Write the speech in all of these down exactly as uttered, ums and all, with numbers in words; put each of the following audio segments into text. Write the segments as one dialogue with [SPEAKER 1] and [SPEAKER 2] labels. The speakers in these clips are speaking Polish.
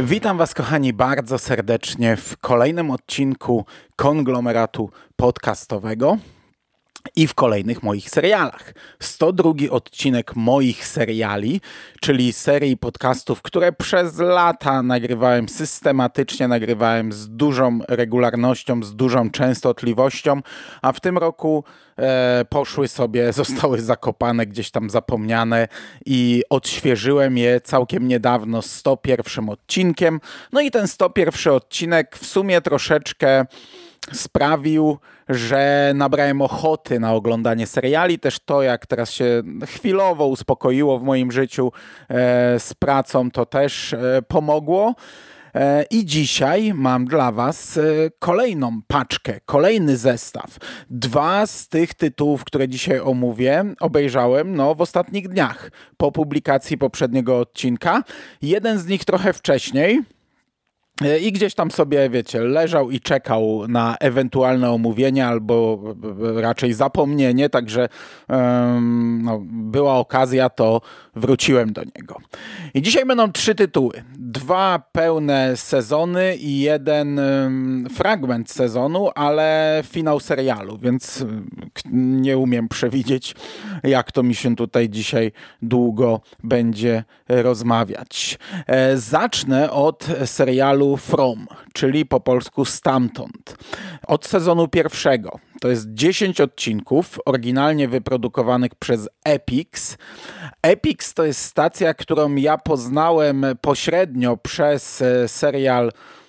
[SPEAKER 1] Witam Was, kochani, bardzo serdecznie w kolejnym odcinku konglomeratu podcastowego i w kolejnych moich serialach. sto drugi odcinek moich seriali, czyli serii podcastów, które przez lata nagrywałem systematycznie, nagrywałem z dużą regularnością, z dużą częstotliwością, a w tym roku e, poszły sobie, zostały zakopane, gdzieś tam zapomniane i odświeżyłem je całkiem niedawno z sto pierwszym odcinkiem. No i ten sto pierwszy odcinek w sumie troszeczkę sprawił, że nabrałem ochoty na oglądanie seriali. Też to, jak teraz się chwilowo uspokoiło w moim życiu e, z pracą, to też e, pomogło. E, I dzisiaj mam dla Was e, kolejną paczkę, kolejny zestaw. Dwa z tych tytułów, które dzisiaj omówię, obejrzałem no, w ostatnich dniach po publikacji poprzedniego odcinka. Jeden z nich trochę wcześniej. I gdzieś tam sobie, wiecie, leżał i czekał na ewentualne omówienie albo raczej zapomnienie, także um, no, była okazja, to wróciłem do niego. I dzisiaj będą trzy tytuły. Dwa pełne sezony i jeden um, fragment sezonu, ale finał serialu, więc nie umiem przewidzieć, jak to mi się tutaj dzisiaj długo będzie rozmawiać. E, zacznę od serialu From, czyli po polsku Stamtąd. Od sezonu pierwszego. To jest dziesięć odcinków, oryginalnie wyprodukowanych przez Epix. Epix to jest stacja, którą ja poznałem pośrednio przez serial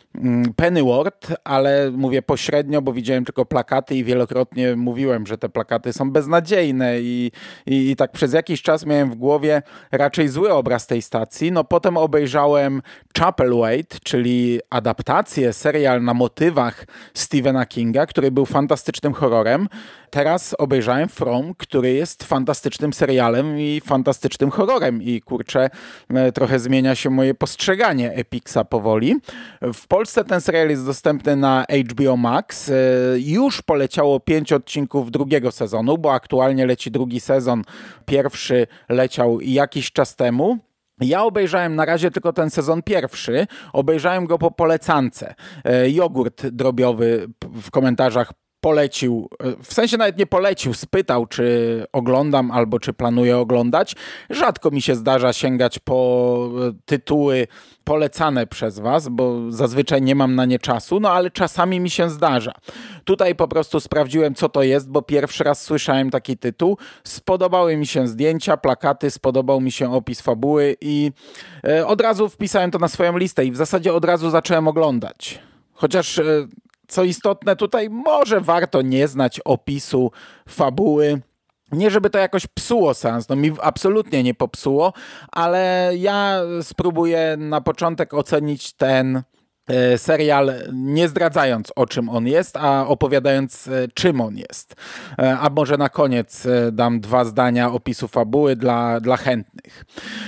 [SPEAKER 1] Pennyworth, ale mówię pośrednio, bo widziałem tylko plakaty i wielokrotnie mówiłem, że te plakaty są beznadziejne i, i, i tak przez jakiś czas miałem w głowie raczej zły obraz tej stacji. No potem obejrzałem Chapelwaite, czyli adaptację, serial na motywach Stephena Kinga, który był fantastycznym horrorem. Teraz obejrzałem From, który jest fantastycznym serialem i fantastycznym horrorem i kurczę, trochę zmienia się moje postrzeganie Epixa powoli. W Polsce ten serial jest dostępny na H B O Max. Już poleciało pięć odcinków drugiego sezonu, bo aktualnie leci drugi sezon. Pierwszy leciał jakiś czas temu. Ja obejrzałem na razie tylko ten sezon pierwszy. Obejrzałem go po polecance. Jogurt drobiowy w komentarzach polecił, w sensie nawet nie polecił, spytał, czy oglądam albo czy planuję oglądać. Rzadko mi się zdarza sięgać po tytuły polecane przez Was, bo zazwyczaj nie mam na nie czasu, no ale czasami mi się zdarza. Tutaj po prostu sprawdziłem, co to jest, bo pierwszy raz słyszałem taki tytuł. Spodobały mi się zdjęcia, plakaty, spodobał mi się opis fabuły i od razu wpisałem to na swoją listę i w zasadzie od razu zacząłem oglądać. Chociaż co istotne, tutaj może warto nie znać opisu fabuły. Nie, żeby to jakoś psuło sens, no mi absolutnie nie popsuło, ale ja spróbuję na początek ocenić ten e, serial nie zdradzając, o czym on jest, a opowiadając, e, czym on jest. E, a może na koniec e, dam dwa zdania opisu fabuły dla, dla chętnych.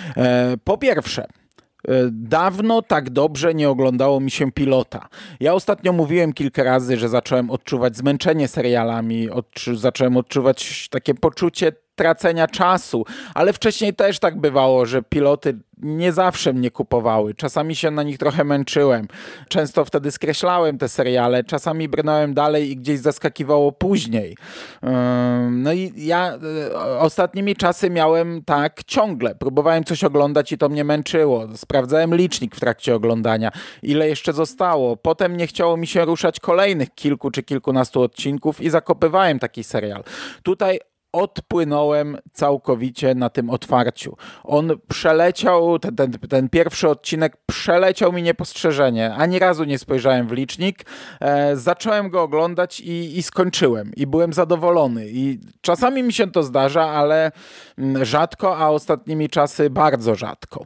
[SPEAKER 1] E, po pierwsze, dawno tak dobrze nie oglądało mi się pilota. Ja ostatnio mówiłem kilka razy, że zacząłem odczuwać zmęczenie serialami, odczu- zacząłem odczuwać takie poczucie tracenia czasu, ale wcześniej też tak bywało, że piloty nie zawsze mnie kupowały. Czasami się na nich trochę męczyłem. Często wtedy skreślałem te seriale, czasami brnąłem dalej i gdzieś zaskakiwało później. No i ja ostatnimi czasy miałem tak ciągle. Próbowałem coś oglądać i to mnie męczyło. Sprawdzałem licznik w trakcie oglądania, ile jeszcze zostało. Potem nie chciało mi się ruszać kolejnych kilku czy kilkunastu odcinków i zakopywałem taki serial. Tutaj odpłynąłem całkowicie na tym otwarciu. On przeleciał, ten, ten, ten pierwszy odcinek przeleciał mi niepostrzeżenie. Ani razu nie spojrzałem w licznik. E, zacząłem go oglądać i, i skończyłem. I byłem zadowolony. I czasami mi się to zdarza, ale rzadko, a ostatnimi czasy bardzo rzadko.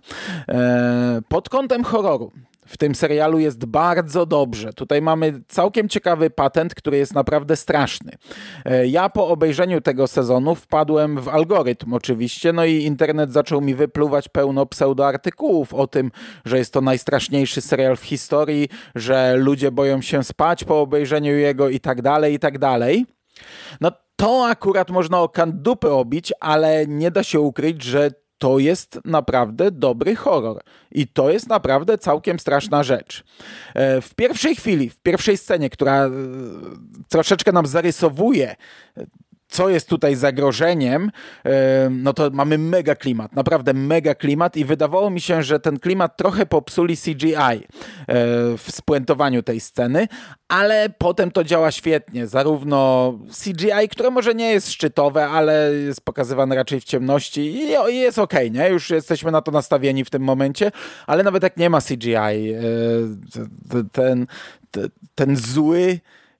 [SPEAKER 1] E, pod kątem horroru w tym serialu jest bardzo dobrze. Tutaj mamy całkiem ciekawy patent, który jest naprawdę straszny. Ja po obejrzeniu tego sezonu wpadłem w algorytm oczywiście, no i internet zaczął mi wypluwać pełno pseudoartykułów o tym, że jest to najstraszniejszy serial w historii, że ludzie boją się spać po obejrzeniu jego i tak dalej, i tak dalej. No to akurat można o kant dupy obić, ale nie da się ukryć, że to jest naprawdę dobry horror. I to jest naprawdę całkiem straszna rzecz. W pierwszej chwili, w pierwszej scenie, która troszeczkę nam zarysowuje, co jest tutaj zagrożeniem, no to mamy mega klimat, naprawdę mega klimat i wydawało mi się, że ten klimat trochę popsuli C G I w spuentowaniu tej sceny, ale potem to działa świetnie, zarówno C G I, które może nie jest szczytowe, ale jest pokazywane raczej w ciemności i jest okej, nie? Już jesteśmy na to nastawieni w tym momencie, ale nawet jak nie ma C G I, ten, ten zły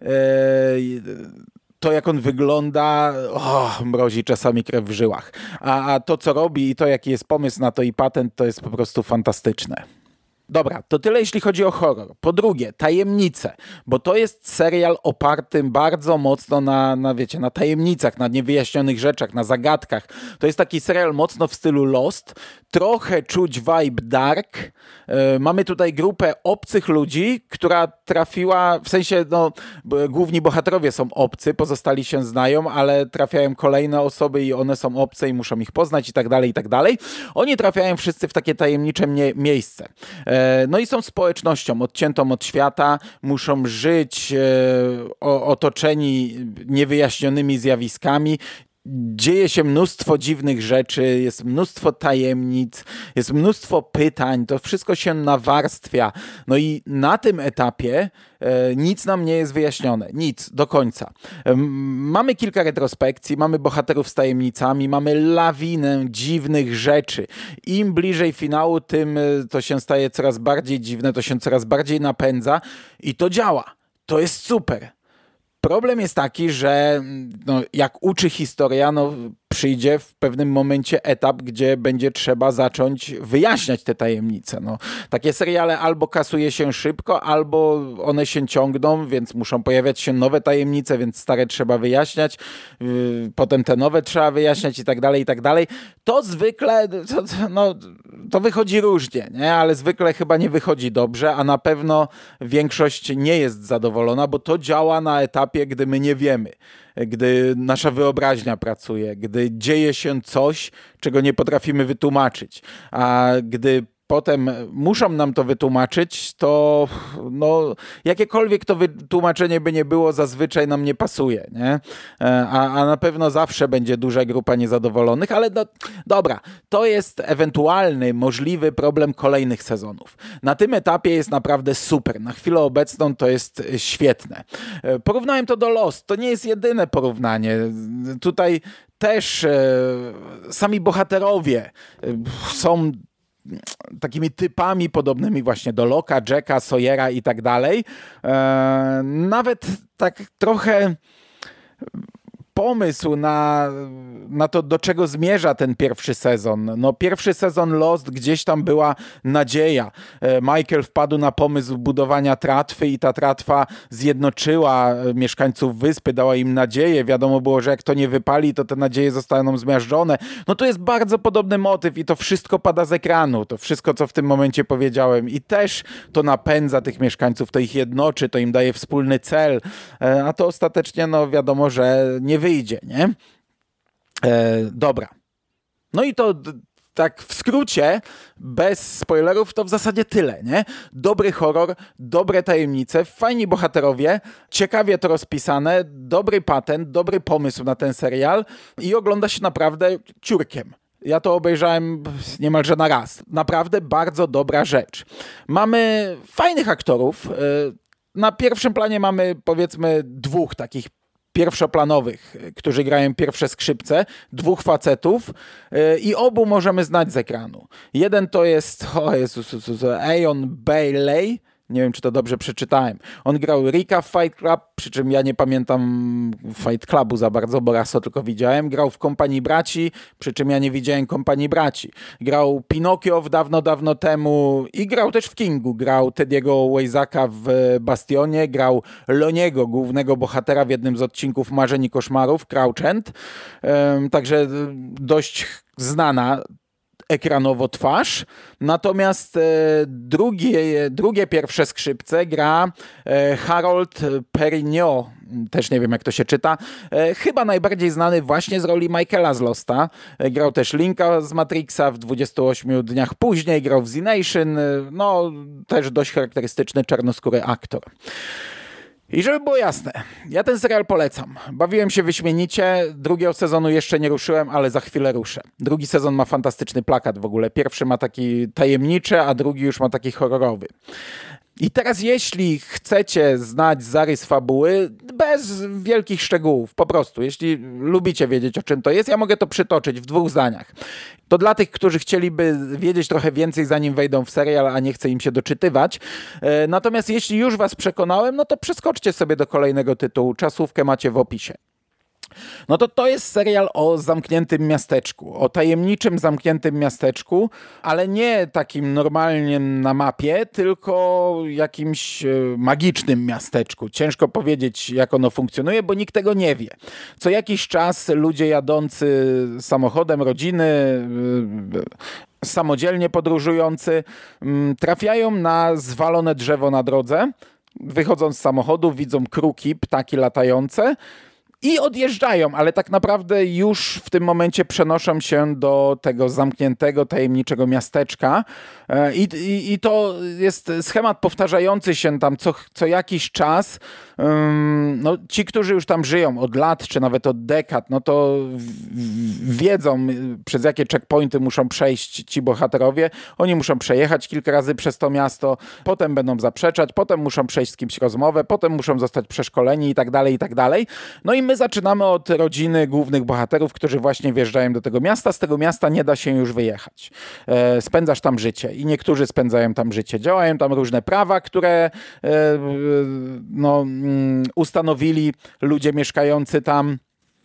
[SPEAKER 1] to jak on wygląda, oh, mrozi czasami krew w żyłach. A, a to, co robi i to, jaki jest pomysł na to i patent, to jest po prostu fantastyczne. Dobra, to tyle jeśli chodzi o horror. Po drugie, tajemnice, bo to jest serial oparty bardzo mocno na, na, wiecie, na tajemnicach, na niewyjaśnionych rzeczach, na zagadkach. To jest taki serial mocno w stylu Lost, trochę czuć vibe dark. Yy, mamy tutaj grupę obcych ludzi, która trafiła, w sensie, no, główni bohaterowie są obcy, pozostali się znają, ale trafiają kolejne osoby i one są obce i muszą ich poznać i tak dalej, i tak dalej. Oni trafiają wszyscy w takie tajemnicze mie- miejsce. Yy, No i są społecznością odciętą od świata, muszą żyć e, o, otoczeni niewyjaśnionymi zjawiskami. Dzieje się mnóstwo dziwnych rzeczy, jest mnóstwo tajemnic, jest mnóstwo pytań, to wszystko się nawarstwia. No i na tym etapie e, nic nam nie jest wyjaśnione, nic do końca. E, mamy kilka retrospekcji, mamy bohaterów z tajemnicami, mamy lawinę dziwnych rzeczy. Im bliżej finału, tym to się staje coraz bardziej dziwne, to się coraz bardziej napędza i to działa. To jest super. Problem jest taki, że no, jak uczy historia, no, przyjdzie w pewnym momencie etap, gdzie będzie trzeba zacząć wyjaśniać te tajemnice. No, takie seriale albo kasuje się szybko, albo one się ciągną, więc muszą pojawiać się nowe tajemnice, więc stare trzeba wyjaśniać, yy, potem te nowe trzeba wyjaśniać i tak dalej, i tak dalej. To zwykle, to, no, to wychodzi różnie, nie? Ale zwykle chyba nie wychodzi dobrze, a na pewno większość nie jest zadowolona, bo to działa na etapie, gdy my nie wiemy, gdy nasza wyobraźnia pracuje, gdy dzieje się coś, czego nie potrafimy wytłumaczyć, a gdy potem muszą nam to wytłumaczyć, to no, jakiekolwiek to wytłumaczenie by nie było, zazwyczaj nam nie pasuje, nie? A, a na pewno zawsze będzie duża grupa niezadowolonych, ale no, dobra, to jest ewentualny, możliwy problem kolejnych sezonów. Na tym etapie jest naprawdę super. Na chwilę obecną to jest świetne. Porównałem to do Lost. To nie jest jedyne porównanie. Tutaj też e, sami bohaterowie e, są takimi typami podobnymi właśnie do Locka, Jacka, Sawyera i tak dalej. E, nawet tak trochę pomysł na, na to, do czego zmierza ten pierwszy sezon. No, pierwszy sezon Lost, gdzieś tam była nadzieja. Michael wpadł na pomysł budowania tratwy i ta tratwa zjednoczyła mieszkańców wyspy, dała im nadzieję. Wiadomo było, że jak to nie wypali, to te nadzieje zostaną zmiażdżone. No to jest bardzo podobny motyw i to wszystko pada z ekranu. To wszystko, co w tym momencie powiedziałem. I też to napędza tych mieszkańców, to ich jednoczy, to im daje wspólny cel. A to ostatecznie, no wiadomo, że nie wyjdzie, nie? E, dobra. No i to d- tak w skrócie, bez spoilerów, to w zasadzie tyle, nie? Dobry horror, dobre tajemnice, fajni bohaterowie, ciekawie to rozpisane, dobry patent, dobry pomysł na ten serial i ogląda się naprawdę ciurkiem. Ja to obejrzałem niemalże na raz. Naprawdę bardzo dobra rzecz. Mamy fajnych aktorów. Na pierwszym planie mamy, powiedzmy, dwóch takich pierwszoplanowych, którzy grają pierwsze skrzypce, dwóch facetów yy, i obu możemy znać z ekranu. Jeden to jest, o Jezus, Jezus, Eion Bailey, nie wiem, czy to dobrze przeczytałem. On grał Ricka w Fight Club, przy czym ja nie pamiętam Fight Clubu za bardzo, bo raz to tylko widziałem. Grał w Kompanii Braci, przy czym ja nie widziałem Kompanii Braci. Grał Pinokio w dawno, dawno temu i grał też w Kingu. Grał Tediego Wajzaka w Bastionie, grał Loniego, głównego bohatera w jednym z odcinków Marzeń i Koszmarów, Crouch End. Um, także dość znana, ekranowo twarz, natomiast drugie, drugie pierwsze skrzypce gra Harold Perrineau, też nie wiem jak to się czyta, chyba najbardziej znany właśnie z roli Michaela z Losta. Grał też Linka z Matrixa w dwudziestu ośmiu dniach później, grał w Z Nation, no też dość charakterystyczny czarnoskóry aktor. I żeby było jasne, ja ten serial polecam. Bawiłem się wyśmienicie, drugiego sezonu jeszcze nie ruszyłem, ale za chwilę ruszę. Drugi sezon ma fantastyczny plakat w ogóle. Pierwszy ma taki tajemniczy, a drugi już ma taki horrorowy. I teraz jeśli chcecie znać zarys fabuły, bez wielkich szczegółów, po prostu, jeśli lubicie wiedzieć o czym to jest, ja mogę to przytoczyć w dwóch zdaniach. To dla tych, którzy chcieliby wiedzieć trochę więcej zanim wejdą w serial, a nie chce im się doczytywać. Natomiast jeśli już was przekonałem, no to przeskoczcie sobie do kolejnego tytułu. Czasówkę macie w opisie. No to to jest serial o zamkniętym miasteczku, o tajemniczym zamkniętym miasteczku, ale nie takim normalnym na mapie, tylko jakimś magicznym miasteczku. Ciężko powiedzieć, jak ono funkcjonuje, bo nikt tego nie wie. Co jakiś czas ludzie jadący samochodem, rodziny, samodzielnie podróżujący, trafiają na zwalone drzewo na drodze. Wychodząc z samochodu, widzą kruki, ptaki latające, i odjeżdżają, ale tak naprawdę już w tym momencie przenoszą się do tego zamkniętego, tajemniczego miasteczka. I, i, i to jest schemat powtarzający się tam co, co jakiś czas. No, ci, którzy już tam żyją od lat, czy nawet od dekad, no to w, wiedzą, przez jakie checkpointy muszą przejść ci bohaterowie. Oni muszą przejechać kilka razy przez to miasto, potem będą zaprzeczać, potem muszą przejść z kimś rozmowę, potem muszą zostać przeszkoleni i tak dalej, i tak dalej. No i my zaczynamy od rodziny głównych bohaterów, którzy właśnie wjeżdżają do tego miasta. Z tego miasta nie da się już wyjechać. E, spędzasz tam życie i niektórzy spędzają tam życie. Działają tam różne prawa, które e, no, ustanowili ludzie mieszkający tam.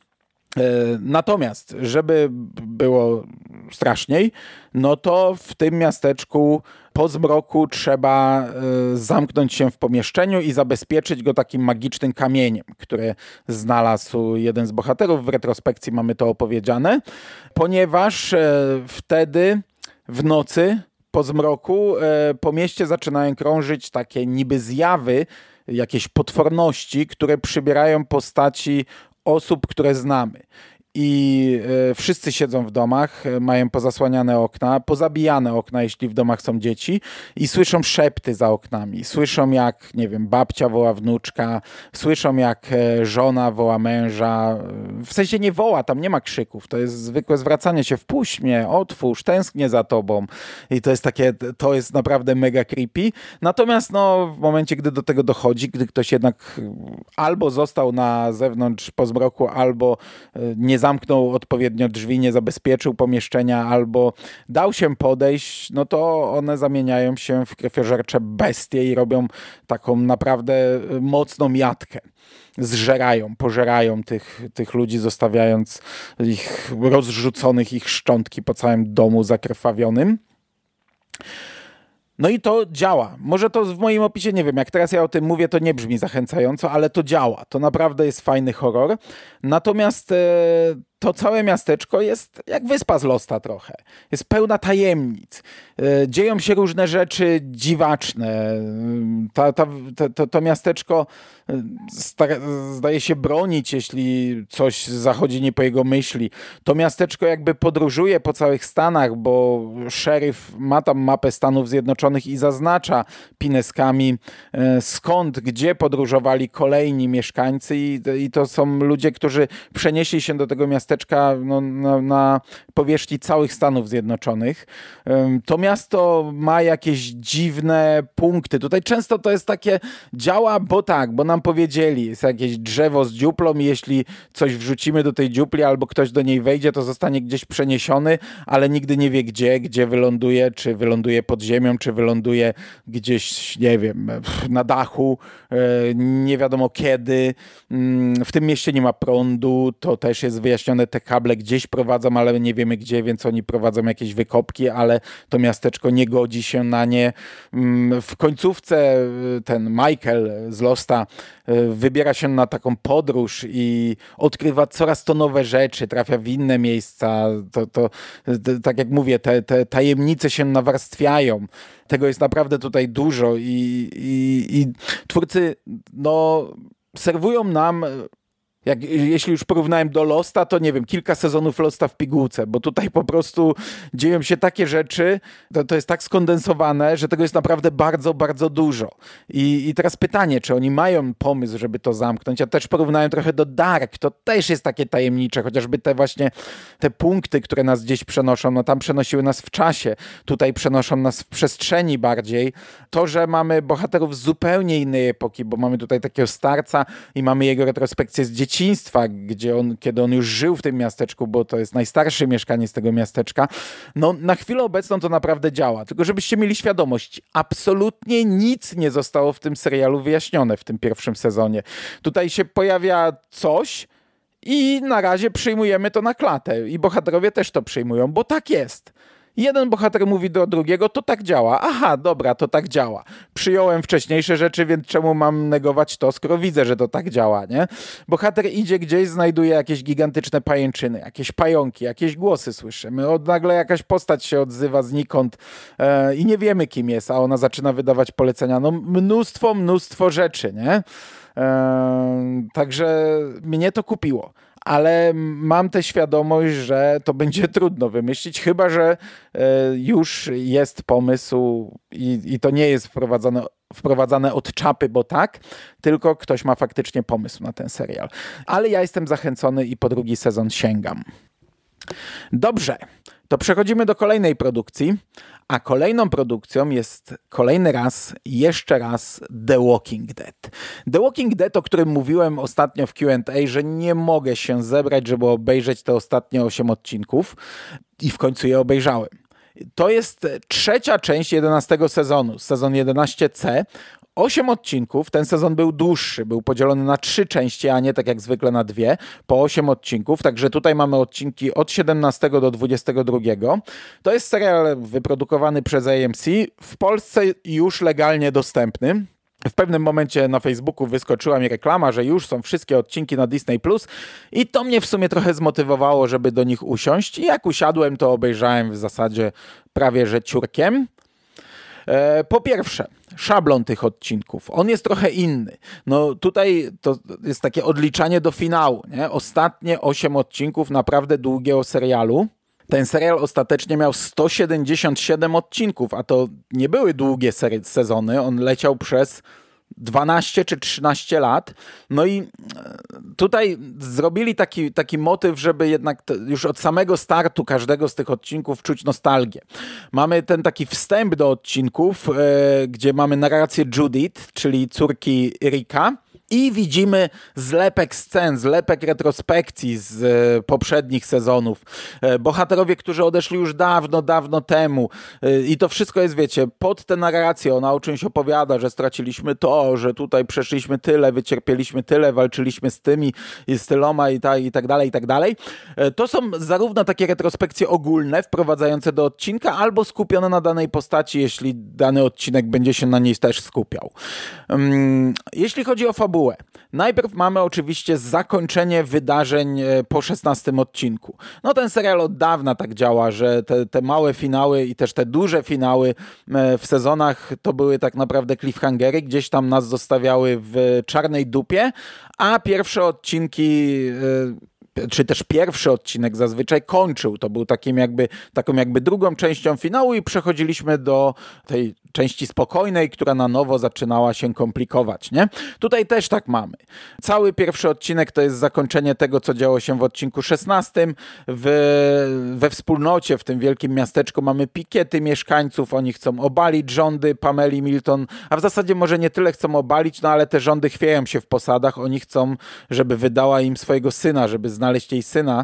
[SPEAKER 1] Natomiast, żeby było straszniej, no to w tym miasteczku po zmroku trzeba zamknąć się w pomieszczeniu i zabezpieczyć go takim magicznym kamieniem, który znalazł jeden z bohaterów. W retrospekcji mamy to opowiedziane, ponieważ wtedy w nocy po zmroku po mieście zaczynają krążyć takie niby zjawy, jakieś potworności, które przybierają postaci osób, które znamy. I e, wszyscy siedzą w domach, mają pozasłaniane okna, pozabijane okna, jeśli w domach są dzieci, i słyszą szepty za oknami. Słyszą, jak, nie wiem, babcia woła wnuczka, słyszą, jak e, żona woła męża. W sensie nie woła, tam nie ma krzyków. To jest zwykłe zwracanie się: wpuść mnie, otwórz, tęsknię za tobą. I to jest takie, to jest naprawdę mega creepy. Natomiast no, w momencie, gdy do tego dochodzi, gdy ktoś jednak albo został na zewnątrz po zmroku, albo e, nie zamknął odpowiednio drzwi, nie zabezpieczył pomieszczenia, albo dał się podejść, no to one zamieniają się w krwiożercze bestie i robią taką naprawdę mocną jatkę. Zżerają, pożerają tych, tych ludzi, zostawiając ich rozrzuconych, ich szczątki po całym domu zakrwawionym. No i to działa. Może to w moim opisie, nie wiem, jak teraz ja o tym mówię, to nie brzmi zachęcająco, ale to działa. To naprawdę jest fajny horror. Natomiast e, to całe miasteczko jest jak wyspa z Losta trochę. Jest pełna tajemnic. E, dzieją się różne rzeczy dziwaczne. Ta, ta, ta, to, to miasteczko sta, zdaje się bronić, jeśli coś zachodzi nie po jego myśli. To miasteczko jakby podróżuje po całych Stanach, bo szeryf ma tam mapę Stanów Zjednoczonych i zaznacza pineskami, e, skąd, gdzie podróżowali kolejni mieszkańcy, i, i to są ludzie, którzy przenieśli się do tego miasteczka no, na, na powierzchni całych Stanów Zjednoczonych. E, to miasto ma jakieś dziwne punkty. Tutaj często to jest takie, działa, bo tak, bo nam powiedzieli, jest jakieś drzewo z dziuplą i jeśli coś wrzucimy do tej dziupli albo ktoś do niej wejdzie, to zostanie gdzieś przeniesiony, ale nigdy nie wie gdzie, gdzie wyląduje, czy wyląduje pod ziemią, czy wyląduje gdzieś, nie wiem, na dachu, nie wiadomo kiedy. W tym mieście nie ma prądu, to też jest wyjaśnione one te kable gdzieś prowadzą, ale nie wiemy gdzie, więc oni prowadzą jakieś wykopki, ale to miasteczko nie godzi się na nie. W końcówce ten Michael z Losta wybiera się na taką podróż i odkrywa coraz to nowe rzeczy, trafia w inne miejsca. To, to, to tak jak mówię, te, te tajemnice się nawarstwiają. Tego jest naprawdę tutaj dużo i, i, i twórcy no, serwują nam, jak, jeśli już porównałem do Losta, to nie wiem, kilka sezonów Losta w pigułce, bo tutaj po prostu dzieją się takie rzeczy, to, to jest tak skondensowane, że tego jest naprawdę bardzo, bardzo dużo. I, I teraz pytanie, czy oni mają pomysł, żeby to zamknąć? Ja też porównałem trochę do Dark, to też jest takie tajemnicze, chociażby te właśnie te punkty, które nas gdzieś przenoszą, no tam przenosiły nas w czasie, tutaj przenoszą nas w przestrzeni bardziej. To, że mamy bohaterów z zupełnie innej epoki, bo mamy tutaj takiego starca i mamy jego retrospekcję z dzieci, gdzie on, kiedy on już żył w tym miasteczku, bo to jest najstarsze mieszkanie z tego miasteczka, no na chwilę obecną to naprawdę działa. Tylko żebyście mieli świadomość, absolutnie nic nie zostało w tym serialu wyjaśnione w tym pierwszym sezonie. Tutaj się pojawia coś i na razie przyjmujemy to na klatę i bohaterowie też to przyjmują, bo tak jest. Jeden bohater mówi do drugiego, to tak działa. Aha, dobra, to tak działa. Przyjąłem wcześniejsze rzeczy, więc czemu mam negować to, skoro widzę, że to tak działa, nie? Bohater idzie gdzieś, znajduje jakieś gigantyczne pajęczyny, jakieś pająki, jakieś głosy słyszymy. Od nagle jakaś postać się odzywa znikąd e, i nie wiemy, kim jest, a ona zaczyna wydawać polecenia. No mnóstwo, mnóstwo rzeczy, nie? E, także mnie to kupiło. Ale mam tę świadomość, że to będzie trudno wymyślić, chyba że już jest pomysł i, i to nie jest wprowadzone, wprowadzane od czapy, bo tak, tylko ktoś ma faktycznie pomysł na ten serial. Ale ja jestem zachęcony i po drugi sezon sięgam. Dobrze, to przechodzimy do kolejnej produkcji, a kolejną produkcją jest kolejny raz, jeszcze raz The Walking Dead. The Walking Dead, o którym mówiłem ostatnio w Q and A, że nie mogę się zebrać, żeby obejrzeć te ostatnie osiem odcinków i w końcu je obejrzałem. To jest trzecia część jedenastego sezonu, sezon jedenaście C. Osiem odcinków, ten sezon był dłuższy, był podzielony na trzy części, a nie tak jak zwykle na dwie, po osiem odcinków, także tutaj mamy odcinki od siedemnastego do dwudziestego drugiego. To jest serial wyprodukowany przez A M C, w Polsce już legalnie dostępny. W pewnym momencie na Facebooku wyskoczyła mi reklama, że już są wszystkie odcinki na Disney plus i to mnie w sumie trochę zmotywowało, żeby do nich usiąść i jak usiadłem, to obejrzałem w zasadzie prawie że ciurkiem. Po pierwsze, szablon tych odcinków, on jest trochę inny. No tutaj to jest takie odliczanie do finału, nie? Ostatnie osiem odcinków naprawdę długiego serialu. Ten serial ostatecznie miał sto siedemdziesiąt siedem odcinków, a to nie były długie sery, sezony, on leciał przez dwanaście czy trzynaście lat. No i tutaj zrobili taki, taki motyw, żeby jednak już od samego startu każdego z tych odcinków czuć nostalgię. Mamy ten taki wstęp do odcinków, e, gdzie mamy narrację Judith, czyli córki Ricka. I widzimy zlepek scen, zlepek retrospekcji z e, poprzednich sezonów. E, bohaterowie, którzy odeszli już dawno, dawno temu. E, I to wszystko jest, wiecie, pod tę narrację. Ona o czymś opowiada, że straciliśmy to, że tutaj przeszliśmy tyle, wycierpieliśmy tyle, walczyliśmy z tymi i z tyloma i, ta, i tak dalej, i tak dalej. E, to są zarówno takie retrospekcje ogólne, wprowadzające do odcinka, albo skupione na danej postaci, jeśli dany odcinek będzie się na niej też skupiał. Um, jeśli chodzi o fabułę, najpierw mamy oczywiście zakończenie wydarzeń po szesnastym odcinku. No ten serial od dawna tak działa, że te, te małe finały i też te duże finały w sezonach to były tak naprawdę cliffhangery, gdzieś tam nas zostawiały w czarnej dupie, a pierwsze odcinki czy też pierwszy odcinek zazwyczaj kończył. To był takim jakby, taką jakby drugą częścią finału i przechodziliśmy do tej części spokojnej, która na nowo zaczynała się komplikować, nie? Tutaj też tak mamy. Cały pierwszy odcinek to jest zakończenie tego, co działo się w odcinku szesnastym. W, we wspólnocie, w tym wielkim miasteczku mamy pikiety mieszkańców. Oni chcą obalić rządy Pameli Milton, a w zasadzie może nie tyle chcą obalić, no ale te rządy chwieją się w posadach. Oni chcą, żeby wydała im swojego syna, żeby znaleźć jej syna.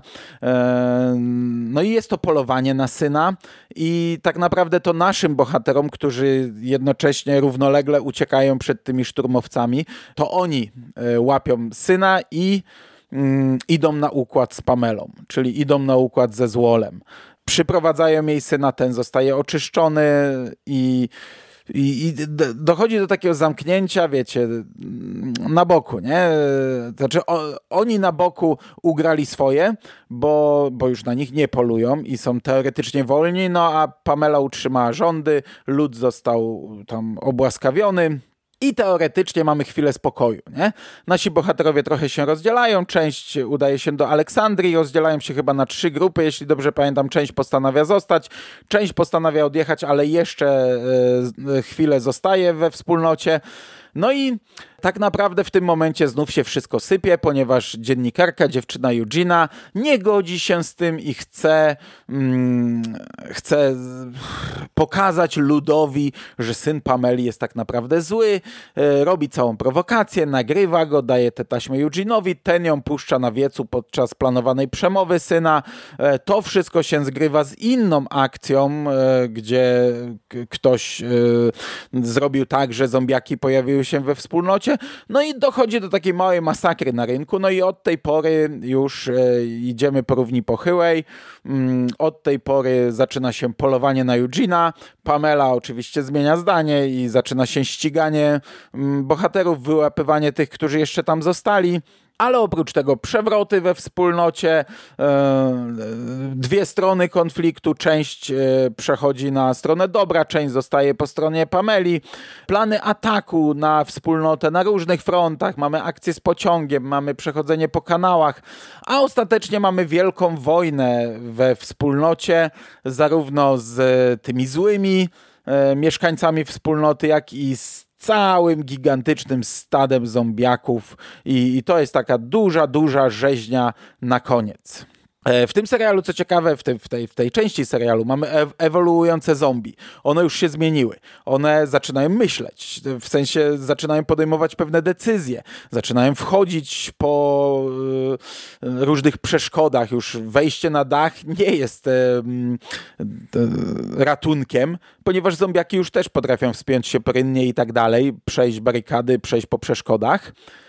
[SPEAKER 1] No i jest to polowanie na syna i tak naprawdę to naszym bohaterom, którzy jednocześnie równolegle uciekają przed tymi szturmowcami, to oni łapią syna i mm, idą na układ z Pamelą, czyli idą na układ ze Złolem. Przyprowadzają jej syna, ten zostaje oczyszczony i I, I dochodzi do takiego zamknięcia, wiecie, na boku, nie? Znaczy o, oni na boku ugrali swoje, bo, bo już na nich nie polują i są teoretycznie wolni, no a Pamela utrzymała rządy, lud został tam obłaskawiony. I teoretycznie mamy chwilę spokoju, nie? Nasi bohaterowie trochę się rozdzielają, część udaje się do Aleksandrii, rozdzielają się chyba na trzy grupy, jeśli dobrze pamiętam, część postanawia zostać, część postanawia odjechać, ale jeszcze e, chwilę zostaje we wspólnocie. No i tak naprawdę w tym momencie znów się wszystko sypie, ponieważ dziennikarka, dziewczyna Eugena nie godzi się z tym i chce, mm, chce pokazać ludowi, że syn Pameli jest tak naprawdę zły, e, robi całą prowokację, nagrywa go, daje tę taśmę Eugenowi, ten ją puszcza na wiecu podczas planowanej przemowy syna. E, to wszystko się zgrywa z inną akcją, e, gdzie k- ktoś e, zrobił tak, że zombiaki pojawiły się we wspólnocie. No i dochodzi do takiej małej masakry na rynku. No i od tej pory już e, idziemy po równi pochyłej. Mm, od tej pory zaczyna się polowanie na Eugena. Pamela oczywiście zmienia zdanie i zaczyna się ściganie mm, bohaterów, wyłapywanie tych, którzy jeszcze tam zostali. Ale oprócz tego przewroty we wspólnocie, e, dwie strony konfliktu, część e, przechodzi na stronę dobra, część zostaje po stronie Pameli. Plany ataku na wspólnotę na różnych frontach, mamy akcję z pociągiem, mamy przechodzenie po kanałach, a ostatecznie mamy wielką wojnę we wspólnocie, zarówno z tymi złymi e, mieszkańcami wspólnoty, jak i z całym gigantycznym stadem zombiaków i, i to jest taka duża, duża rzeźnia na koniec. W tym serialu, co ciekawe, w, tym, w, tej, w tej części serialu mamy e- ewoluujące zombie. One już się zmieniły. One zaczynają myśleć, w sensie zaczynają podejmować pewne decyzje, zaczynają wchodzić po y, różnych przeszkodach. Już wejście na dach nie jest y, y, ratunkiem, ponieważ zombiaki już też potrafią wspiąć się prynnie i tak dalej, przejść barykady, przejść po przeszkodach.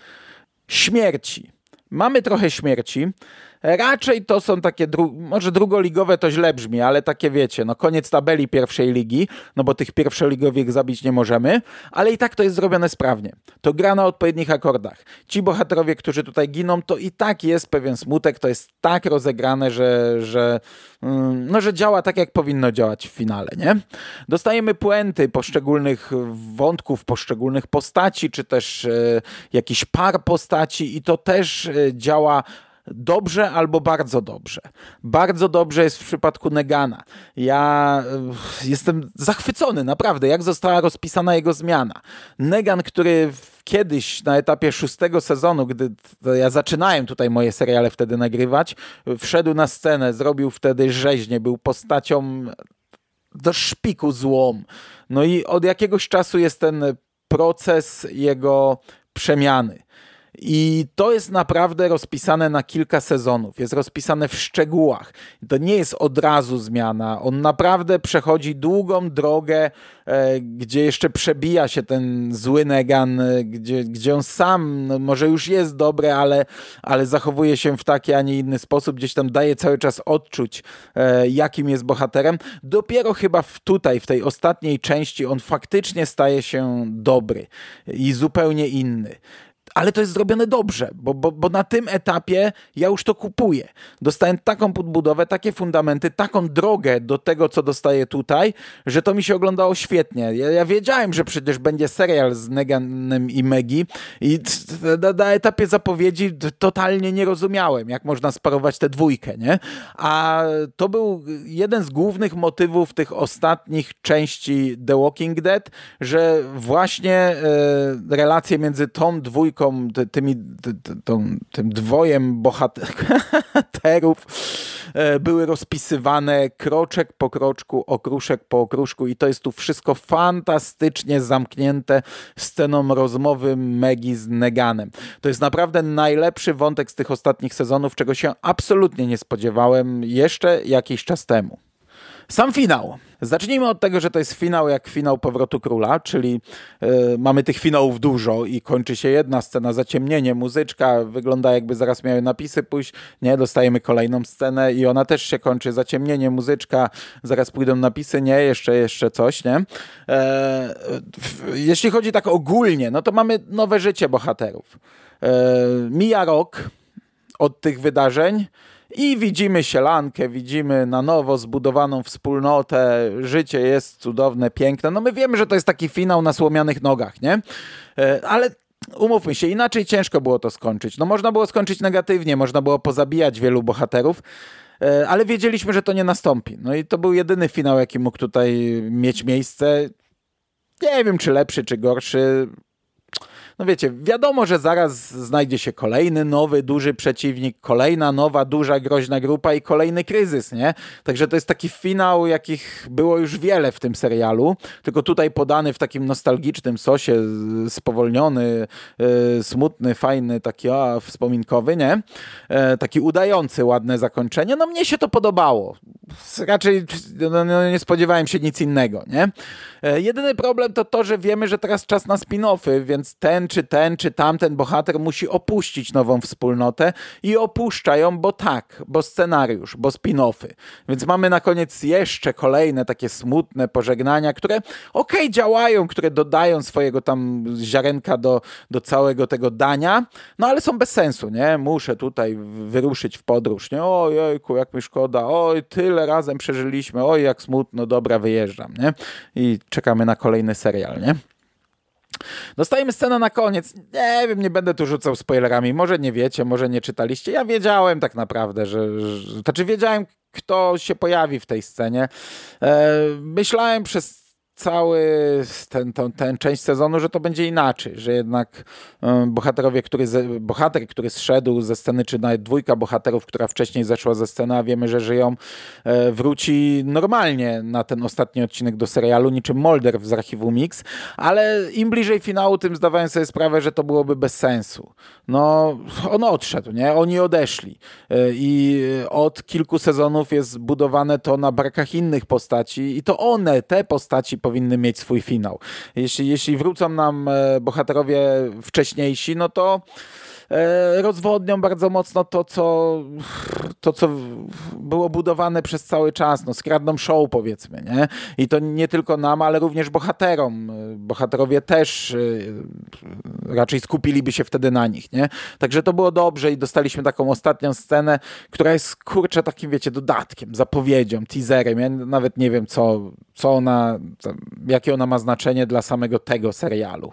[SPEAKER 1] Śmierci. Mamy trochę śmierci. Raczej to są takie, dru- może drugoligowe to źle brzmi, ale takie wiecie, no koniec tabeli pierwszej ligi, no bo tych pierwszoligowych zabić nie możemy, ale i tak to jest zrobione sprawnie. To gra na odpowiednich akordach. Ci bohaterowie, którzy tutaj giną, to i tak jest pewien smutek, to jest tak rozegrane, że, że, mm, no, że działa tak, jak powinno działać w finale, nie? Dostajemy puenty poszczególnych wątków, poszczególnych postaci, czy też e, jakiś par postaci i to też e, działa dobrze albo bardzo dobrze. Bardzo dobrze jest w przypadku Negana. Ja y, jestem zachwycony, naprawdę, jak została rozpisana jego zmiana. Negan, który w, kiedyś na etapie szóstego sezonu, gdy ja zaczynałem tutaj moje seriale wtedy nagrywać, wszedł na scenę, zrobił wtedy rzeźnię, był postacią do szpiku złą. No i od jakiegoś czasu jest ten proces jego przemiany. I to jest naprawdę rozpisane na kilka sezonów, jest rozpisane w szczegółach. To nie jest od razu zmiana, on naprawdę przechodzi długą drogę, e, gdzie jeszcze przebija się ten zły Negan, e, gdzie, gdzie on sam no, może już jest dobry, ale, ale zachowuje się w taki, a nie inny sposób, gdzieś tam daje cały czas odczuć, e, jakim jest bohaterem. Dopiero chyba w, tutaj, w tej ostatniej części on faktycznie staje się dobry i zupełnie inny. Ale to jest zrobione dobrze, bo, bo, bo na tym etapie ja już to kupuję. Dostałem taką podbudowę, takie fundamenty, taką drogę do tego, co dostaję tutaj, że to mi się oglądało świetnie. Ja, ja wiedziałem, że przecież będzie serial z Neganem i Maggie i na, na etapie zapowiedzi totalnie nie rozumiałem, jak można sparować tę dwójkę, nie? A to był jeden z głównych motywów tych ostatnich części The Walking Dead, że właśnie e, relacje między tą dwójką tymi, ty, ty, tą, tym dwojem bohaterów były rozpisywane kroczek po kroczku, okruszek po okruszku i to jest tu wszystko fantastycznie zamknięte sceną rozmowy Maggie z Neganem. To jest naprawdę najlepszy wątek z tych ostatnich sezonów, czego się absolutnie nie spodziewałem jeszcze jakiś czas temu. Sam finał. Zacznijmy od tego, że to jest finał jak finał Powrotu Króla, czyli y, mamy tych finałów dużo i kończy się jedna scena, zaciemnienie, muzyczka, wygląda jakby zaraz miały napisy pójść, nie, dostajemy kolejną scenę i ona też się kończy, zaciemnienie, muzyczka, zaraz pójdą napisy, nie, jeszcze, jeszcze coś, nie. E, jeśli chodzi tak ogólnie, no to mamy nowe życie bohaterów. E, mija rok od tych wydarzeń, i widzimy sielankę, widzimy na nowo zbudowaną wspólnotę, życie jest cudowne, piękne. No my wiemy, że to jest taki finał na słomianych nogach, nie? Ale umówmy się, inaczej ciężko było to skończyć. No można było skończyć negatywnie, można było pozabijać wielu bohaterów, ale wiedzieliśmy, że to nie nastąpi. No i to był jedyny finał, jaki mógł tutaj mieć miejsce. Nie wiem, czy lepszy, czy gorszy. No wiecie, wiadomo, że zaraz znajdzie się kolejny nowy, duży przeciwnik, kolejna nowa, duża, groźna grupa i kolejny kryzys, nie? Także to jest taki finał, jakich było już wiele w tym serialu, tylko tutaj podany w takim nostalgicznym sosie, spowolniony, yy, smutny, fajny, taki a, wspominkowy, nie? E, taki udający ładne zakończenie. No mnie się to podobało. Raczej no, no, nie spodziewałem się nic innego, nie? E, jedyny problem to to, że wiemy, że teraz czas na spin-offy, więc ten czy ten, czy tamten bohater musi opuścić nową wspólnotę i opuszcza ją, bo tak, bo scenariusz, bo spin-offy. Więc mamy na koniec jeszcze kolejne takie smutne pożegnania, które okej, okay, działają, które dodają swojego tam ziarenka do, do całego tego dania, no ale są bez sensu, nie? Muszę tutaj wyruszyć w podróż, nie? Ojejku, jak mi szkoda, oj, tyle razem przeżyliśmy, oj, jak smutno, dobra, wyjeżdżam, nie? I czekamy na kolejny serial, nie? Dostajemy scenę na koniec. Nie wiem, nie będę tu rzucał spoilerami. Może nie wiecie, może nie czytaliście. Ja wiedziałem tak naprawdę, że... że znaczy wiedziałem, kto się pojawi w tej scenie. E, myślałem przez cały ten, ten, ten część sezonu, że to będzie inaczej, że jednak um, bohaterowie, który ze, bohater, który zszedł ze sceny, czy nawet dwójka bohaterów, która wcześniej zeszła ze sceny, a wiemy, że żyją, e, wróci normalnie na ten ostatni odcinek do serialu, niczym Mulder z archiwum Mix, ale im bliżej finału, tym zdawałem sobie sprawę, że to byłoby bez sensu. No, on odszedł, nie? Oni odeszli e, i od kilku sezonów jest budowane to na barkach innych postaci i to one, te postaci powinny mieć swój finał. Jeśli, jeśli wrócą nam e, bohaterowie wcześniejsi, no to e, rozwodnią bardzo mocno to co, to, co było budowane przez cały czas. No, skradną show, powiedzmy, nie? I to nie tylko nam, ale również bohaterom. Bohaterowie też e, raczej skupiliby się wtedy na nich, nie? Także to było dobrze i dostaliśmy taką ostatnią scenę, która jest, kurczę, takim, wiecie, dodatkiem, zapowiedzią, teaserem. Ja nawet nie wiem, co, co ona, jakie ona ma znaczenie dla samego tego serialu.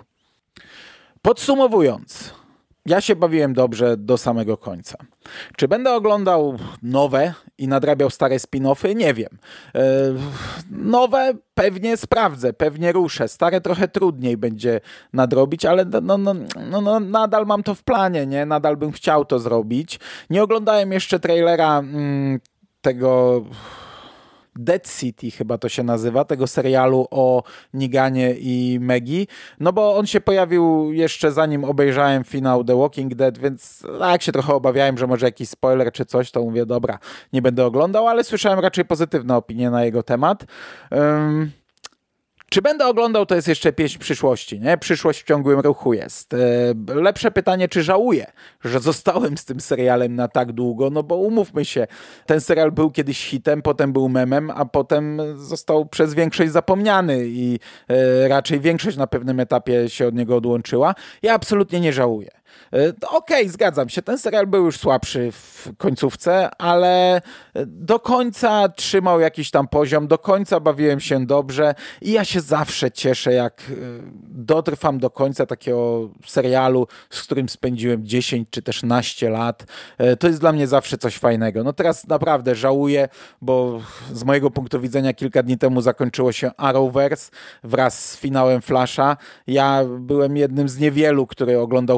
[SPEAKER 1] Podsumowując, ja się bawiłem dobrze do samego końca. Czy będę oglądał nowe i nadrabiał stare spin-offy? Nie wiem. Yy, nowe pewnie sprawdzę, pewnie ruszę. Stare trochę trudniej będzie nadrobić, ale no, no, no, no, nadal mam to w planie, nie? Nadal bym chciał to zrobić. Nie oglądałem jeszcze trailera mm, tego... Dead City chyba to się nazywa, tego serialu o Neganie i Maggie, no bo on się pojawił jeszcze zanim obejrzałem finał The Walking Dead, więc jak się trochę obawiałem, że może jakiś spoiler czy coś, to mówię, dobra, nie będę oglądał, ale słyszałem raczej pozytywne opinie na jego temat. Um, Czy będę oglądał, to jest jeszcze pieśń przyszłości, nie? Przyszłość w ciągłym ruchu jest. Lepsze pytanie, czy żałuję, że zostałem z tym serialem na tak długo, no bo umówmy się, ten serial był kiedyś hitem, potem był memem, a potem został przez większość zapomniany i raczej większość na pewnym etapie się od niego odłączyła. Ja absolutnie nie żałuję. Okej, okay, zgadzam się, ten serial był już słabszy w końcówce, ale do końca trzymał jakiś tam poziom, do końca bawiłem się dobrze i ja się zawsze cieszę, jak dotrwam do końca takiego serialu, z którym spędziłem dziesięć czy też naście lat. To jest dla mnie zawsze coś fajnego. No teraz naprawdę żałuję, bo z mojego punktu widzenia kilka dni temu zakończyło się Arrowverse wraz z finałem Flasha. Ja byłem jednym z niewielu, który oglądał wszystko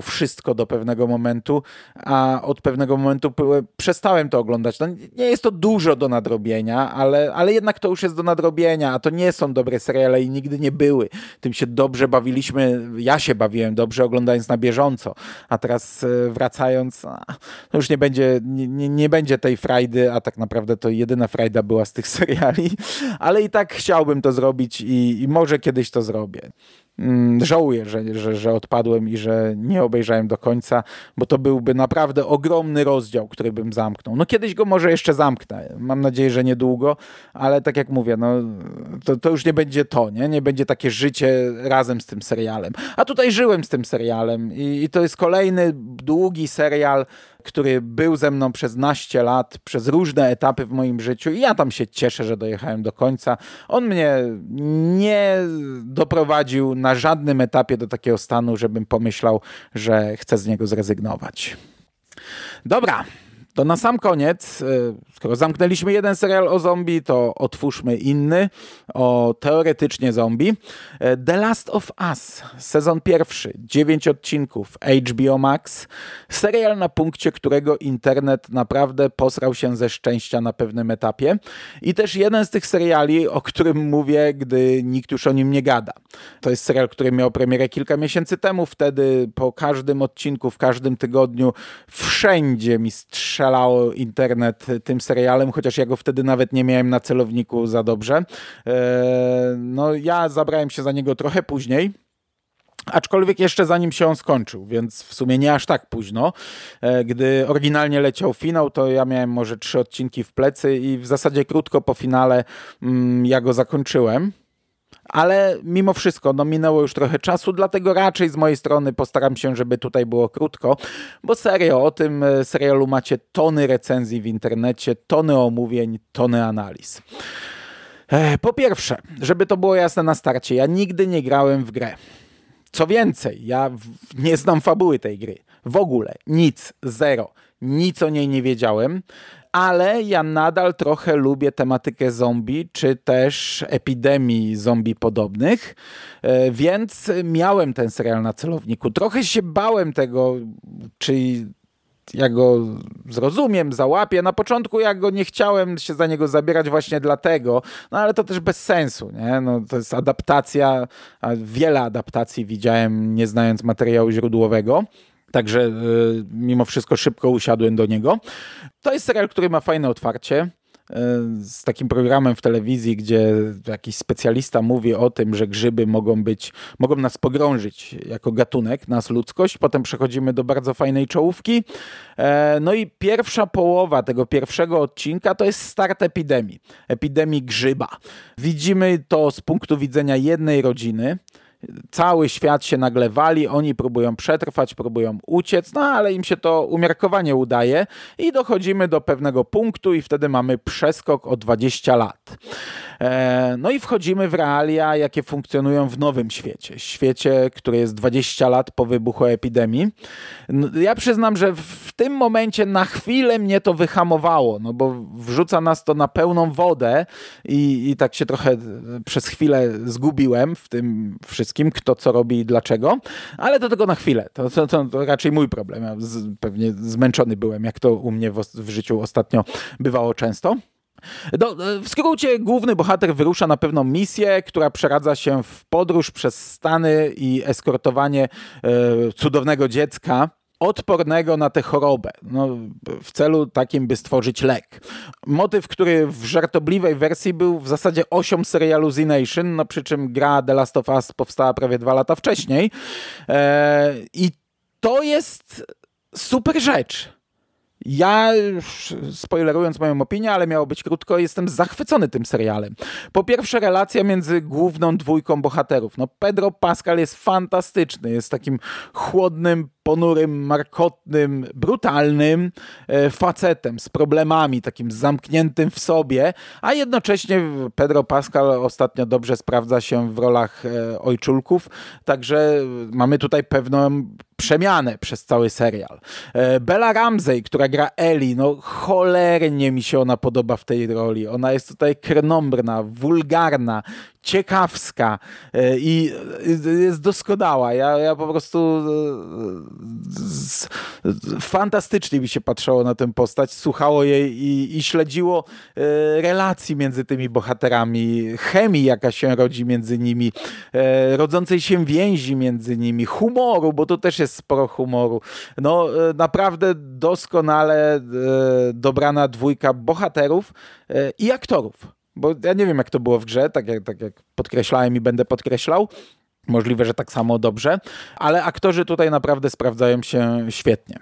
[SPEAKER 1] krótko do pewnego momentu, a od pewnego momentu przestałem to oglądać. No, nie jest to dużo do nadrobienia, ale, ale jednak to już jest do nadrobienia, a to nie są dobre seriale i nigdy nie były. Tym się dobrze bawiliśmy, ja się bawiłem dobrze oglądając na bieżąco, a teraz wracając, no już nie będzie, nie, nie będzie tej frajdy, a tak naprawdę to jedyna frajda była z tych seriali, ale i tak chciałbym to zrobić i, i może kiedyś to zrobię. Żałuję, że, że, że odpadłem i że nie obejrzałem do końca, bo to byłby naprawdę ogromny rozdział, który bym zamknął. No kiedyś go może jeszcze zamknę. Mam nadzieję, że niedługo, ale tak jak mówię, no to, to już nie będzie to, nie? Nie będzie takie życie razem z tym serialem. A tutaj żyłem z tym serialem i, i to jest kolejny długi serial, który był ze mną przez naście lat, przez różne etapy w moim życiu i ja tam się cieszę, że dojechałem do końca. On mnie nie doprowadził na żadnym etapie do takiego stanu, żebym pomyślał, że chcę z niego zrezygnować. Dobra. To na sam koniec, skoro zamknęliśmy jeden serial o zombie, to otwórzmy inny, o teoretycznie zombie. The Last of Us, sezon pierwszy, dziewięć odcinków, H B O Max. Serial, na punkcie którego internet naprawdę posrał się ze szczęścia na pewnym etapie. I też jeden z tych seriali, o którym mówię, gdy nikt już o nim nie gada. To jest serial, który miał premierę kilka miesięcy temu. Wtedy po każdym odcinku, w każdym tygodniu, wszędzie mi strzelało internet tym serialem, chociaż ja go wtedy nawet nie miałem na celowniku za dobrze. No ja zabrałem się za niego trochę później, aczkolwiek jeszcze zanim się on skończył, więc w sumie nie aż tak późno. Gdy oryginalnie leciał finał, to ja miałem może trzy odcinki w plecy i w zasadzie krótko po finale mm, ja go zakończyłem. Ale mimo wszystko, no minęło już trochę czasu, dlatego raczej z mojej strony postaram się, żeby tutaj było krótko, bo serio, o tym serialu macie tony recenzji w internecie, tony omówień, tony analiz. Po pierwsze, żeby to było jasne na starcie, ja nigdy nie grałem w grę. Co więcej, ja w, nie znam fabuły tej gry. W ogóle, nic, zero. Nic o niej nie wiedziałem. Ale ja nadal trochę lubię tematykę zombie, czy też epidemii zombie podobnych, więc miałem ten serial na celowniku. Trochę się bałem tego, czy ja go zrozumiem, załapię. Na początku ja go nie chciałem się za niego zabierać właśnie dlatego, no ale to też bez sensu, nie? No, to jest adaptacja, a wiele adaptacji widziałem, nie znając materiału źródłowego. Także y, mimo wszystko szybko usiadłem do niego. To jest serial, który ma fajne otwarcie. Y, z takim programem w telewizji, gdzie jakiś specjalista mówi o tym, że grzyby mogą być, mogą nas pogrążyć jako gatunek, nas ludzkość. Potem przechodzimy do bardzo fajnej czołówki. E, no i pierwsza połowa tego pierwszego odcinka to jest start epidemii. Epidemii grzyba. Widzimy to z punktu widzenia jednej rodziny. Cały świat się nagle wali, oni próbują przetrwać, próbują uciec, no ale im się to umiarkowanie udaje i dochodzimy do pewnego punktu i wtedy mamy przeskok o dwadzieścia lat. E, no i wchodzimy w realia, jakie funkcjonują w nowym świecie. Świecie, który jest dwadzieścia lat po wybuchu epidemii. No, ja przyznam, że w tym momencie na chwilę mnie to wyhamowało, no bo wrzuca nas to na pełną wodę i, i tak się trochę przez chwilę zgubiłem w tym wszystkim, kto co robi i dlaczego, ale to tylko na chwilę. To, to, to, to raczej mój problem. Ja z, pewnie zmęczony byłem, jak to u mnie w, w życiu ostatnio bywało często. No, w skrócie główny bohater wyrusza na pewną misję, która przeradza się w podróż przez Stany i eskortowanie e, cudownego dziecka odpornego na tę chorobę, no, w celu takim, by stworzyć lek. Motyw, który w żartobliwej wersji był w zasadzie osią serialu Z Nation, no, przy czym gra The Last of Us powstała prawie dwa lata wcześniej. E, I to jest super rzecz. Ja, spoilerując moją opinię, ale miało być krótko, jestem zachwycony tym serialem. Po pierwsze, relacja między główną dwójką bohaterów. No, Pedro Pascal jest fantastyczny, jest takim chłodnym, ponurym, markotnym, brutalnym e, facetem z problemami, takim zamkniętym w sobie, a jednocześnie Pedro Pascal ostatnio dobrze sprawdza się w rolach e, ojczulków, także mamy tutaj pewną przemianę przez cały serial. E, Bella Ramsey, która gra Ellie, no cholernie mi się ona podoba w tej roli. Ona jest tutaj krnąbrna, wulgarna, ciekawska i jest doskonała. Ja, ja po prostu z, fantastycznie mi się patrzyło na tę postać, słuchało jej i, i śledziło relacji między tymi bohaterami, chemii, jaka się rodzi między nimi, rodzącej się więzi między nimi, humoru, bo tu też jest sporo humoru. No naprawdę doskonale dobrana dwójka bohaterów i aktorów. Bo ja nie wiem, jak to było w grze, tak jak, tak jak podkreślałem i będę podkreślał. Możliwe, że tak samo dobrze, ale aktorzy tutaj naprawdę sprawdzają się świetnie.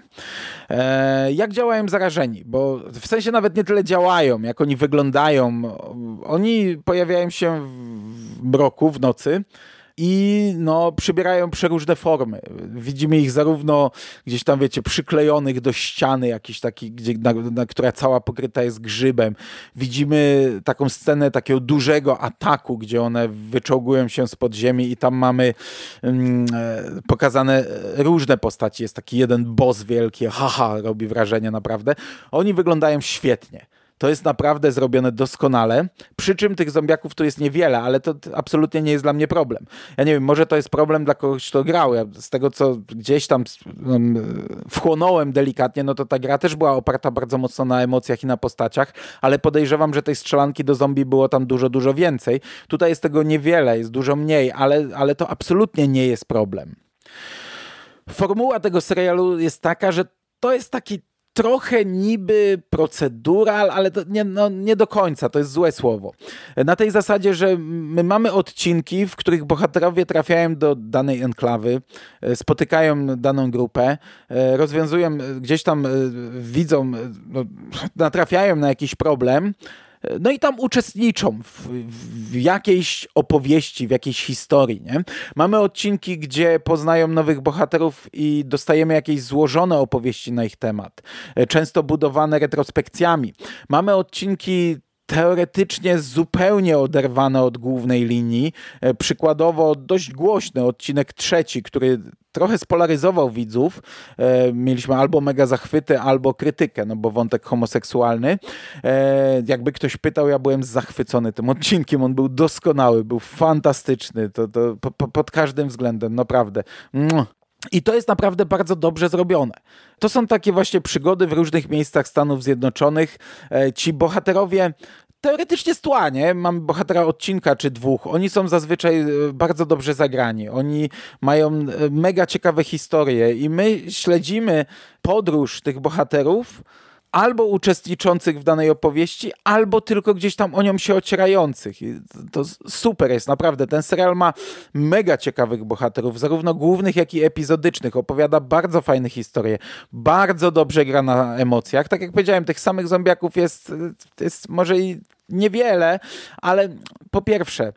[SPEAKER 1] E, jak działają zarażeni? Bo w sensie nawet nie tyle działają, jak oni wyglądają. Oni pojawiają się w mroku, w nocy, i no, przybierają przeróżne formy. Widzimy ich zarówno gdzieś tam, wiecie, przyklejonych do ściany, jakiś taki, gdzie, na, na, która cała pokryta jest grzybem. Widzimy taką scenę takiego dużego ataku, gdzie one wyczołgują się z podziemi i tam mamy mm, pokazane różne postaci. Jest taki jeden boss wielki, haha, robi wrażenie naprawdę. Oni wyglądają świetnie. To jest naprawdę zrobione doskonale, przy czym tych zombiaków tu jest niewiele, ale to absolutnie nie jest dla mnie problem. Ja nie wiem, może to jest problem dla kogoś, kto grał. Ja z tego, co gdzieś tam wchłonąłem delikatnie, no to ta gra też była oparta bardzo mocno na emocjach i na postaciach, ale podejrzewam, że tej strzelanki do zombie było tam dużo, dużo więcej. Tutaj jest tego niewiele, jest dużo mniej, ale, ale to absolutnie nie jest problem. Formuła tego serialu jest taka, że to jest taki trochę niby procedural, ale to nie, no, nie do końca, to jest złe słowo. Na tej zasadzie, że my mamy odcinki, w których bohaterowie trafiają do danej enklawy, spotykają daną grupę, rozwiązują, gdzieś tam widzą, no, natrafiają na jakiś problem, no i tam uczestniczą w, w jakiejś opowieści, w jakiejś historii. Nie? Mamy odcinki, gdzie poznają nowych bohaterów i dostajemy jakieś złożone opowieści na ich temat, często budowane retrospekcjami. Mamy odcinki teoretycznie zupełnie oderwane od głównej linii. Przykładowo dość głośny odcinek trzeci, który trochę spolaryzował widzów. E, mieliśmy albo mega zachwyty, albo krytykę, no bo wątek homoseksualny. E, jakby ktoś pytał, ja byłem zachwycony tym odcinkiem. On był doskonały, był fantastyczny. To, to, po, pod każdym względem, naprawdę. Mua. I to jest naprawdę bardzo dobrze zrobione. To są takie właśnie przygody w różnych miejscach Stanów Zjednoczonych. E, ci bohaterowie teoretycznie z tła, nie? Mamy bohatera odcinka czy dwóch. Oni są zazwyczaj bardzo dobrze zagrani. Oni mają mega ciekawe historie i my śledzimy podróż tych bohaterów albo uczestniczących w danej opowieści, albo tylko gdzieś tam o nią się ocierających. I to super jest, naprawdę. Ten serial ma mega ciekawych bohaterów, zarówno głównych, jak i epizodycznych. Opowiada bardzo fajne historie. Bardzo dobrze gra na emocjach. Tak jak powiedziałem, tych samych zombiaków jest, jest może i niewiele, ale po pierwsze,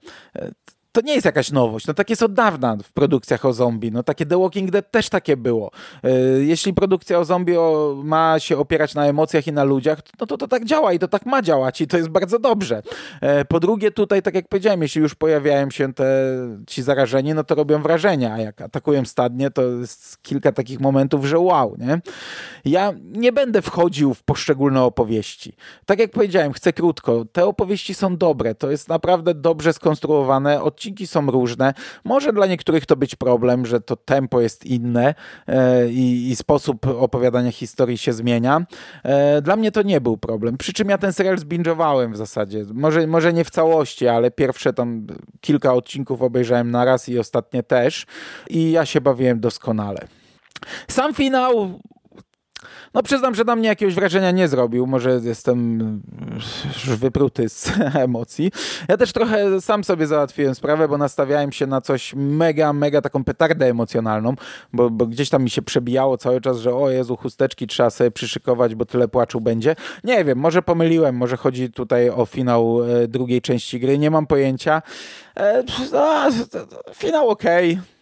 [SPEAKER 1] to nie jest jakaś nowość. No tak jest od dawna w produkcjach o zombie. No takie The Walking Dead też takie było. Jeśli produkcja o zombie o, ma się opierać na emocjach i na ludziach, no to to tak działa i to tak ma działać i to jest bardzo dobrze. Po drugie tutaj, tak jak powiedziałem, jeśli już pojawiają się te ci zarażeni, no to robią wrażenie, a jak atakują stadnie, to jest kilka takich momentów, że wow, nie? Ja nie będę wchodził w poszczególne opowieści. Tak jak powiedziałem, chcę krótko. Te opowieści są dobre. To jest naprawdę dobrze skonstruowane. Odcinki są różne. Może dla niektórych to być problem, że to tempo jest inne e, i, i sposób opowiadania historii się zmienia. E, dla mnie to nie był problem. Przy czym ja ten serial zbinge'owałem w zasadzie. Może, może nie w całości, ale pierwsze tam kilka odcinków obejrzałem naraz i ostatnie też. I ja się bawiłem doskonale. Sam finał... No przyznam, że na mnie jakiegoś wrażenia nie zrobił. Może jestem już wypruty z emocji. Ja też trochę sam sobie załatwiłem sprawę, bo nastawiałem się na coś mega, mega taką petardę emocjonalną, bo, bo gdzieś tam mi się przebijało cały czas, że o Jezu, chusteczki trzeba sobie przyszykować, bo tyle płaczu będzie. Nie wiem, może pomyliłem, może chodzi tutaj o finał e, drugiej części gry, nie mam pojęcia. E, no, finał okej. Okay.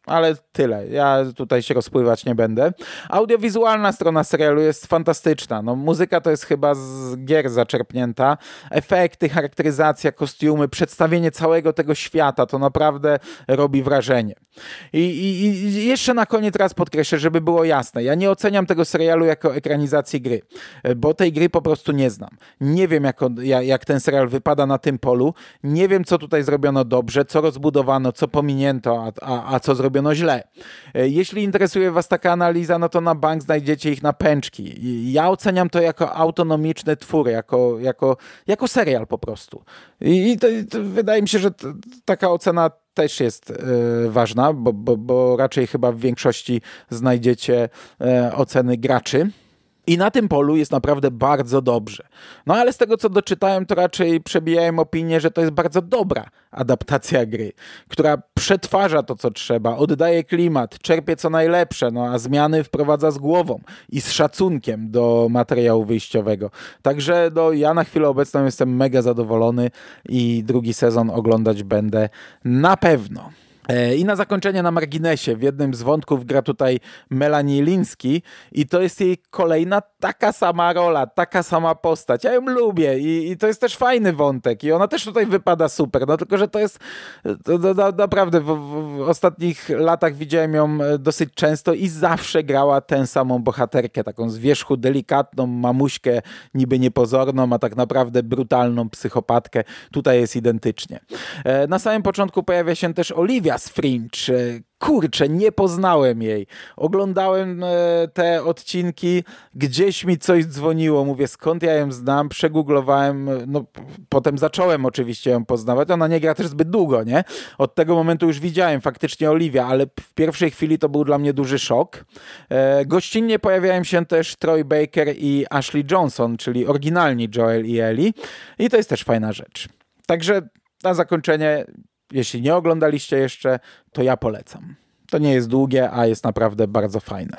[SPEAKER 1] ale tyle. Ja tutaj się rozpływać nie będę. Audiowizualna strona serialu jest fantastyczna. No, muzyka to jest chyba z gier zaczerpnięta. Efekty, charakteryzacja, kostiumy, przedstawienie całego tego świata to naprawdę robi wrażenie. I, i, i jeszcze na koniec raz podkreślę, żeby było jasne. Ja nie oceniam tego serialu jako ekranizacji gry, bo tej gry po prostu nie znam. Nie wiem, jak, on, jak ten serial wypada na tym polu. Nie wiem, co tutaj zrobiono dobrze, co rozbudowano, co pominięto, a, a, a co zrobiono źle. Jeśli interesuje was taka analiza, no to na bank znajdziecie ich na pęczki. Ja oceniam to jako autonomiczny twór, jako, jako, jako serial po prostu. I, i to, to wydaje mi się, że t, taka ocena też jest y, ważna, bo, bo, bo raczej chyba w większości znajdziecie y, oceny graczy. I na tym polu jest naprawdę bardzo dobrze. No ale z tego, co doczytałem, to raczej przebijałem opinię, że to jest bardzo dobra adaptacja gry, która przetwarza to, co trzeba, oddaje klimat, czerpie co najlepsze, no a zmiany wprowadza z głową i z szacunkiem do materiału wyjściowego. Także no, ja na chwilę obecną jestem mega zadowolony i drugi sezon oglądać będę na pewno. I na zakończenie na marginesie, w jednym z wątków gra tutaj Melanie Lynskey i to jest jej kolejna taka sama rola, taka sama postać. Ja ją lubię i, i to jest też fajny wątek i ona też tutaj wypada super, no tylko, że to jest to, to, to, naprawdę w, w, w ostatnich latach widziałem ją dosyć często i zawsze grała tę samą bohaterkę, taką z wierzchu delikatną mamuśkę, niby niepozorną, a tak naprawdę brutalną psychopatkę. Tutaj jest identycznie. Na samym początku pojawia się też Olivia z Fringe. Kurczę, nie poznałem jej. Oglądałem te odcinki, gdzieś mi coś dzwoniło. Mówię, skąd ja ją znam? Przegooglowałem, no potem zacząłem oczywiście ją poznawać. Ona nie gra też zbyt długo, nie? Od tego momentu już widziałem faktycznie Olivia, ale w pierwszej chwili to był dla mnie duży szok. Gościnnie pojawiają się też Troy Baker i Ashley Johnson, czyli oryginalni Joel i Ellie. I to jest też fajna rzecz. Także na zakończenie, jeśli nie oglądaliście jeszcze, to ja polecam. To nie jest długie, a jest naprawdę bardzo fajne.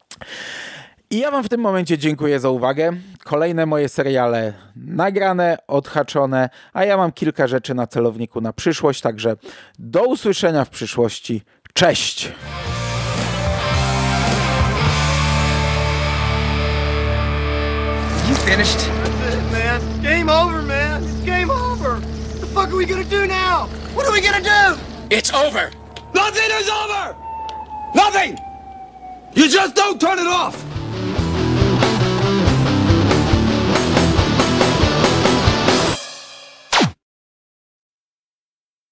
[SPEAKER 1] I ja wam w tym momencie dziękuję za uwagę. Kolejne moje seriale nagrane, odhaczone, a ja mam kilka rzeczy na celowniku na przyszłość, także do usłyszenia w przyszłości. Cześć!
[SPEAKER 2] You finished? That's it, man. Game over, man. It's game over. What the fuck are we gonna do now? What are we gonna do?
[SPEAKER 3] It's over.
[SPEAKER 4] Nothing is over! Nothing! You just don't turn it off!